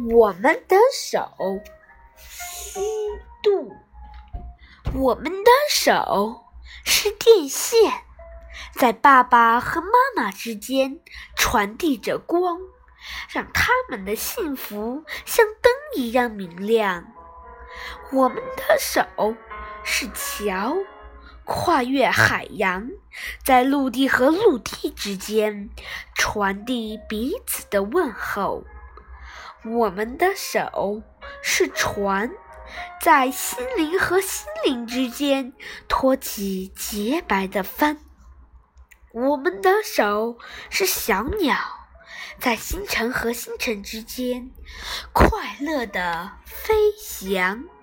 我们的手，虚度。我们的手是电线，在爸爸和妈妈之间传递着光，让他们的幸福像灯一样明亮。我们的手是桥，跨越海洋，在陆地和陆地之间传递彼此的问候。我们的手是船，在心灵和心灵之间托起洁白的帆。我们的手是小鸟，在星辰和星辰之间快乐地飞翔。